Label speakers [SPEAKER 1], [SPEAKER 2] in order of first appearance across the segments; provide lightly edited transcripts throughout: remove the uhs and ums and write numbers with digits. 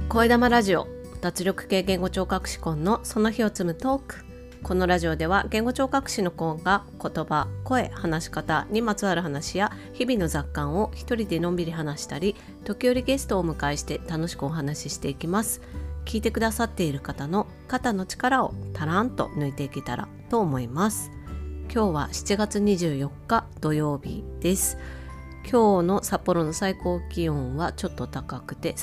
[SPEAKER 1] 声玉ラジオ、脱力系言語聴覚士コンのその日を積むトーク。このラジオでは言語聴覚士のコンが言葉、声、話し方にまつわる話や日々の雑感を一人でのんびり話したり、時折ゲストをお迎えして楽しくお話ししていきます。聞いてくださっている方の肩の力をたらんと抜いていけたらと思います。今日は7月24日土曜日です。今日の札幌の最高気温はちょっと高くて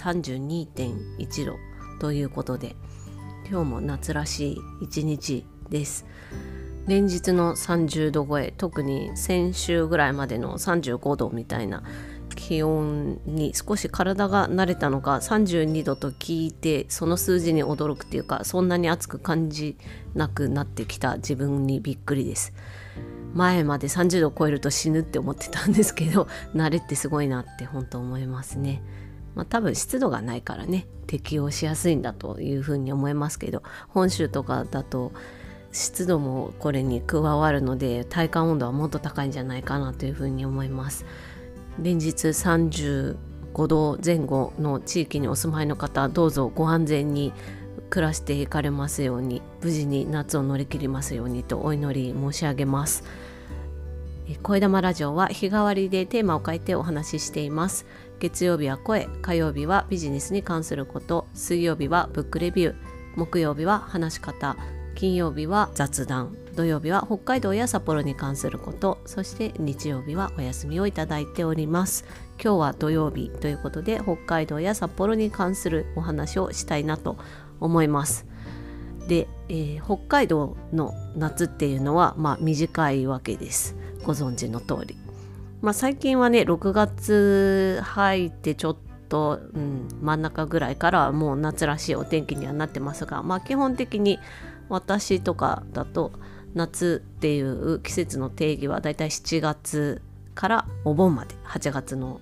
[SPEAKER 1] 32.1 度ということで、今日も夏らしい一日です。連日の30度超え、特に先週ぐらいまでの35度みたいな気温に少し体が慣れたのか、32度と聞いてその数字に驚くっていうか、そんなに暑く感じなくなってきた自分にびっくりです。前まで30度超えると死ぬって思ってたんですけど、慣れってすごいなって本当思いますね。多分湿度がないからね、適応しやすいんだというふうに思いますけど、本州とかだと湿度もこれに加わるので、体感温度はもっと高いんじゃないかなというふうに思います。連日35度前後の地域にお住まいの方、どうぞご安全に暮らしていかれますように、無事に夏を乗り切りますようにとお祈り申し上げます。声玉ラジオは日替わりでテーマを変えてお話ししています。月曜日は声、火曜日はビジネスに関すること、水曜日はブックレビュー、木曜日は話し方、金曜日は雑談、土曜日は北海道や札幌に関すること、そして日曜日はお休みをいただいております。今日は土曜日ということで、北海道や札幌に関するお話をしたいなと思います。で、北海道の夏っていうのは短いわけです。ご存知の通り、最近はね6月入ってちょっと、真ん中ぐらいからはもう夏らしいお天気にはなってますが、基本的に私とかだと夏っていう季節の定義はだいたい7月からお盆まで、8月の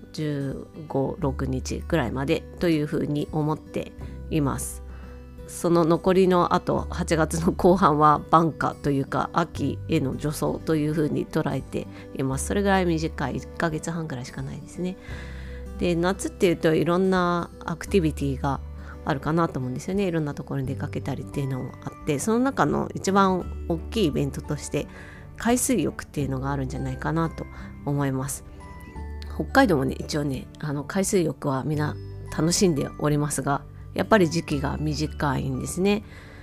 [SPEAKER 1] 15、6日くらいまでというふうに思っています。その残りのあと8月の後半は晩夏というか秋への助走というふうに捉えています。それぐらい短い1ヶ月半ぐらいしかないですね。で、夏っていうといろんなアクティビティがあるかなと思うんですよね。いろんなところに出かけたりっていうのもあって、その中の一番大きいイベントとして海水浴っていうのがあるんじゃないかなと思います。北海道もね、一応ね海水浴はみんな楽しんでおりますが、やっぱり時期が短いんですね。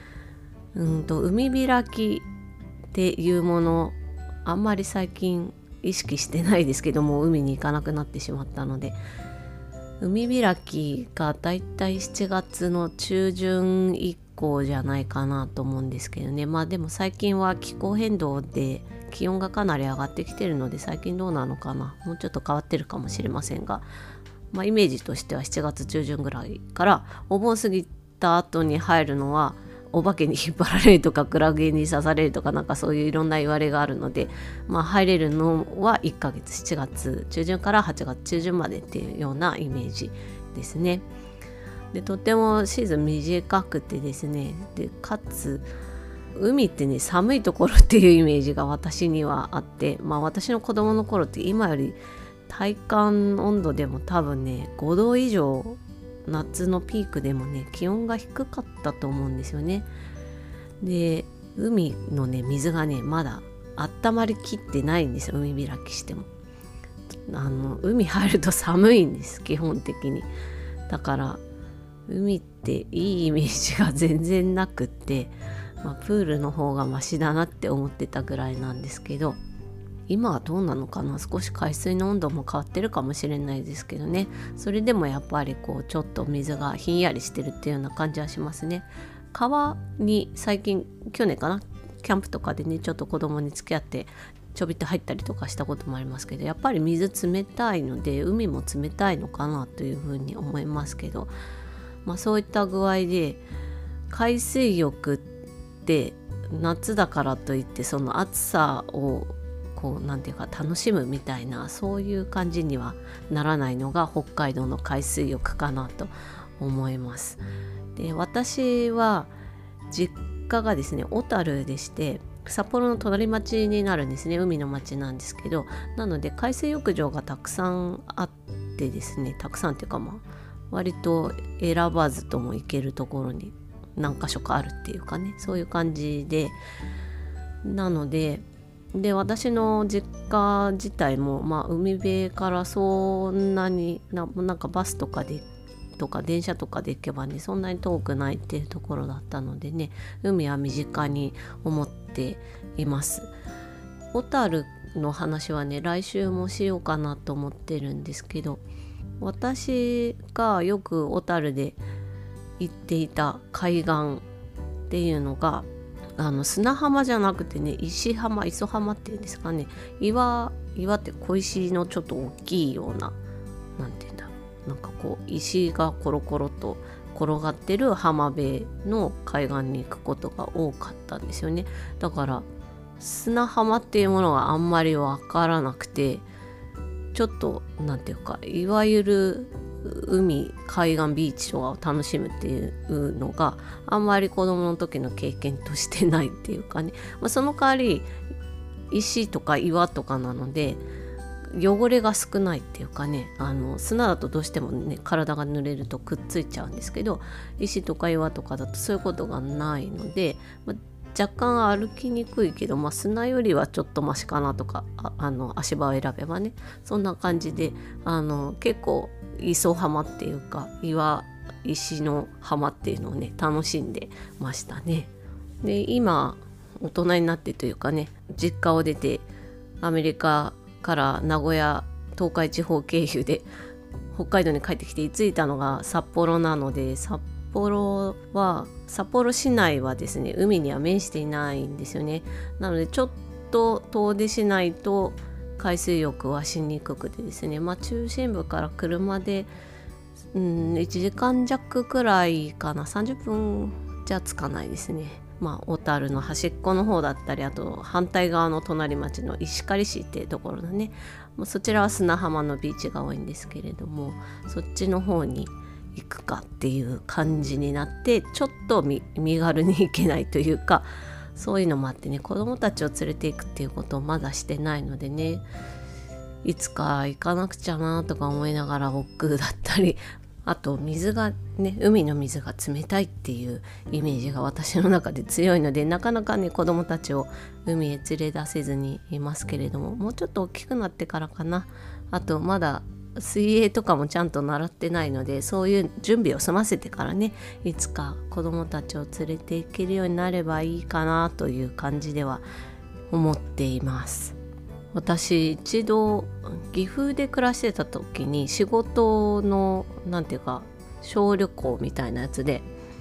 [SPEAKER 1] 海開きっていうもの、あんまり最近意識してないですけども、海に行かなくなってしまったので、海開きがだいたい7月の中旬以降じゃないかなと思うんですけどね。でも最近は気候変動で気温がかなり上がってきてるので、最近どうなのかな、もうちょっと変わってるかもしれませんが、イメージとしては7月中旬ぐらいからお盆過ぎた後に入るのはお化けに引っ張られるとかクラゲに刺されるとか、なんかそういういろんな言われがあるので、入れるのは1ヶ月、7月中旬から8月中旬までっていうようなイメージですね。で、とてもシーズン短くてですね、でかつ海ってね、寒いところっていうイメージが私にはあって、私の子供の頃って今より体感温度でも多分ね5度以上、夏のピークでもね気温が低かったと思うんですよね。で、海のね水がねまだ温まりきってないんですよ。海開きしても海入ると寒いんです、基本的に。だから海っていいイメージが全然なくって、プールの方がマシだなって思ってたぐらいなんですけど、今はどうなのかな。少し海水の温度も変わってるかもしれないですけどね。それでもやっぱりちょっと水がひんやりしてるっていうような感じはしますね。川に最近、去年かな、キャンプとかでねちょっと子供に付き合ってちょびっと入ったりとかしたこともありますけど、やっぱり水冷たいので海も冷たいのかなというふうに思いますけど、そういった具合で海水浴って夏だからといってその暑さをなんていうか楽しむみたいな、そういう感じにはならないのが北海道の海水浴かなと思います。で、私は実家がですね小樽でして、札幌の隣町になるんですね。海の町なんですけど、なので海水浴場がたくさんあってですね、たくさんっていうか割と選ばずとも行けるところに何か所かあるっていうかね、そういう感じで、なので私の実家自体も、海辺からそんなになんかバスとか電車とかで行けばね、そんなに遠くないっていうところだったのでね、海は身近に思っています。小樽の話はね、来週もしようかなと思ってるんですけど、私がよく小樽で行っていた海岸っていうのが砂浜じゃなくてね、磯浜っていうんですかね、岩って小石のちょっと大きいような、なんていうんだろう、なんかこう石がコロコロと転がってる浜辺の海岸に行くことが多かったんですよね。だから砂浜っていうものがあんまりわからなくて、ちょっとなんていうか、いわゆる海岸ビーチとかを楽しむっていうのがあんまり子供の時の経験としてないっていうかね、その代わり石とか岩とかなので汚れが少ないっていうかね、砂だとどうしてもね体が濡れるとくっついちゃうんですけど、石とか岩とかだとそういうことがないので、若干歩きにくいけど、砂よりはちょっとマシかなとか、足場を選べばね、そんな感じで結構磯浜っていうか石の浜っていうのをね楽しんでましたね。で今大人になってというかね、実家を出てアメリカから名古屋東海地方経由で北海道に帰ってきて着いたのが札幌なので、札幌市内はですね、海には面していないんですよね。なのでちょっと遠出しないと海水浴はしにくくてですね、中心部から車で、1時間弱くらいかな、30分じゃつかないですね。小樽の端っこの方だったり、あと反対側の隣町の石狩市っていうところだね、そちらは砂浜のビーチが多いんですけれども、そっちの方に行くかっていう感じになって、ちょっと身軽に行けないというか、そういうのもあってね、子供たちを連れていくっていうことをまだしてないのでね、いつか行かなくちゃなとか思いながら億劫だったり、あと水がね、海の水が冷たいっていうイメージが私の中で強いので、なかなかね子供たちを海へ連れ出せずにいますけれども、もうちょっと大きくなってからかな。あとまだ水泳とかもちゃんと習ってないので、そういう準備を済ませてからね、いつか子供たちを連れて行けるようになればいいかなという感じでは思っています。私一度岐阜で暮らしてた時に、仕事のなんていうか小旅行みたいなやつで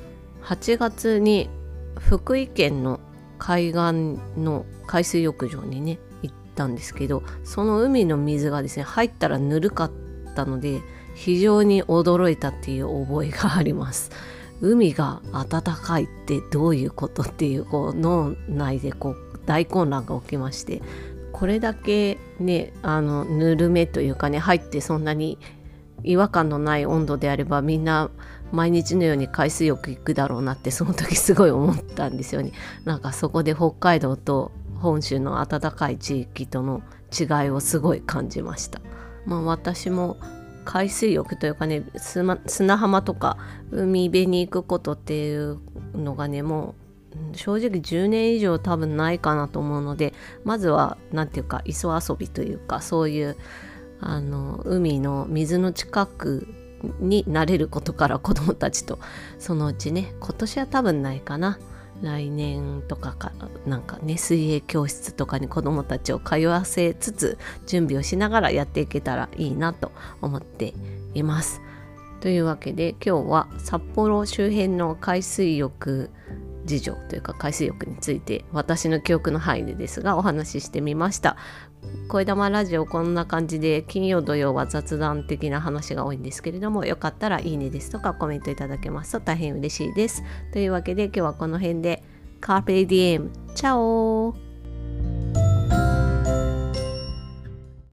[SPEAKER 1] 8月に福井県の海岸の海水浴場にね行ったんですけど、その海の水がですね、入ったらぬるかったので非常に驚いたっていう覚えがあります。海が暖かいってどういうことっていう、脳内で大混乱が起きまして、これだけねぬるめというかね、入ってそんなに違和感のない温度であれば、みんな毎日のように海水浴行くだろうなってその時すごい思ったんですよね。なんかそこで北海道と本州の暖かい地域との違いをすごい感じました。私も海水浴というかね、砂浜とか海辺に行くことっていうのがね、もう正直10年以上多分ないかなと思うので、まずはなんていうか磯遊びというか、そういう海の水の近くに慣れることから子どもたちと、そのうちね、今年は多分ないかな、来年とかなんかね、水泳教室とかに子どもたちを通わせつつ準備をしながらやっていけたらいいなと思っています。というわけで今日は札幌周辺の海水浴事情というか海水浴について、私の記憶の範囲でですがお話ししてみました。声玉ラジオこんな感じで、金曜土曜は雑談的な話が多いんですけれども、よかったらいいねですとかコメントいただけますと大変嬉しいです。というわけで今日はこの辺で、カーペディエム、チャオ。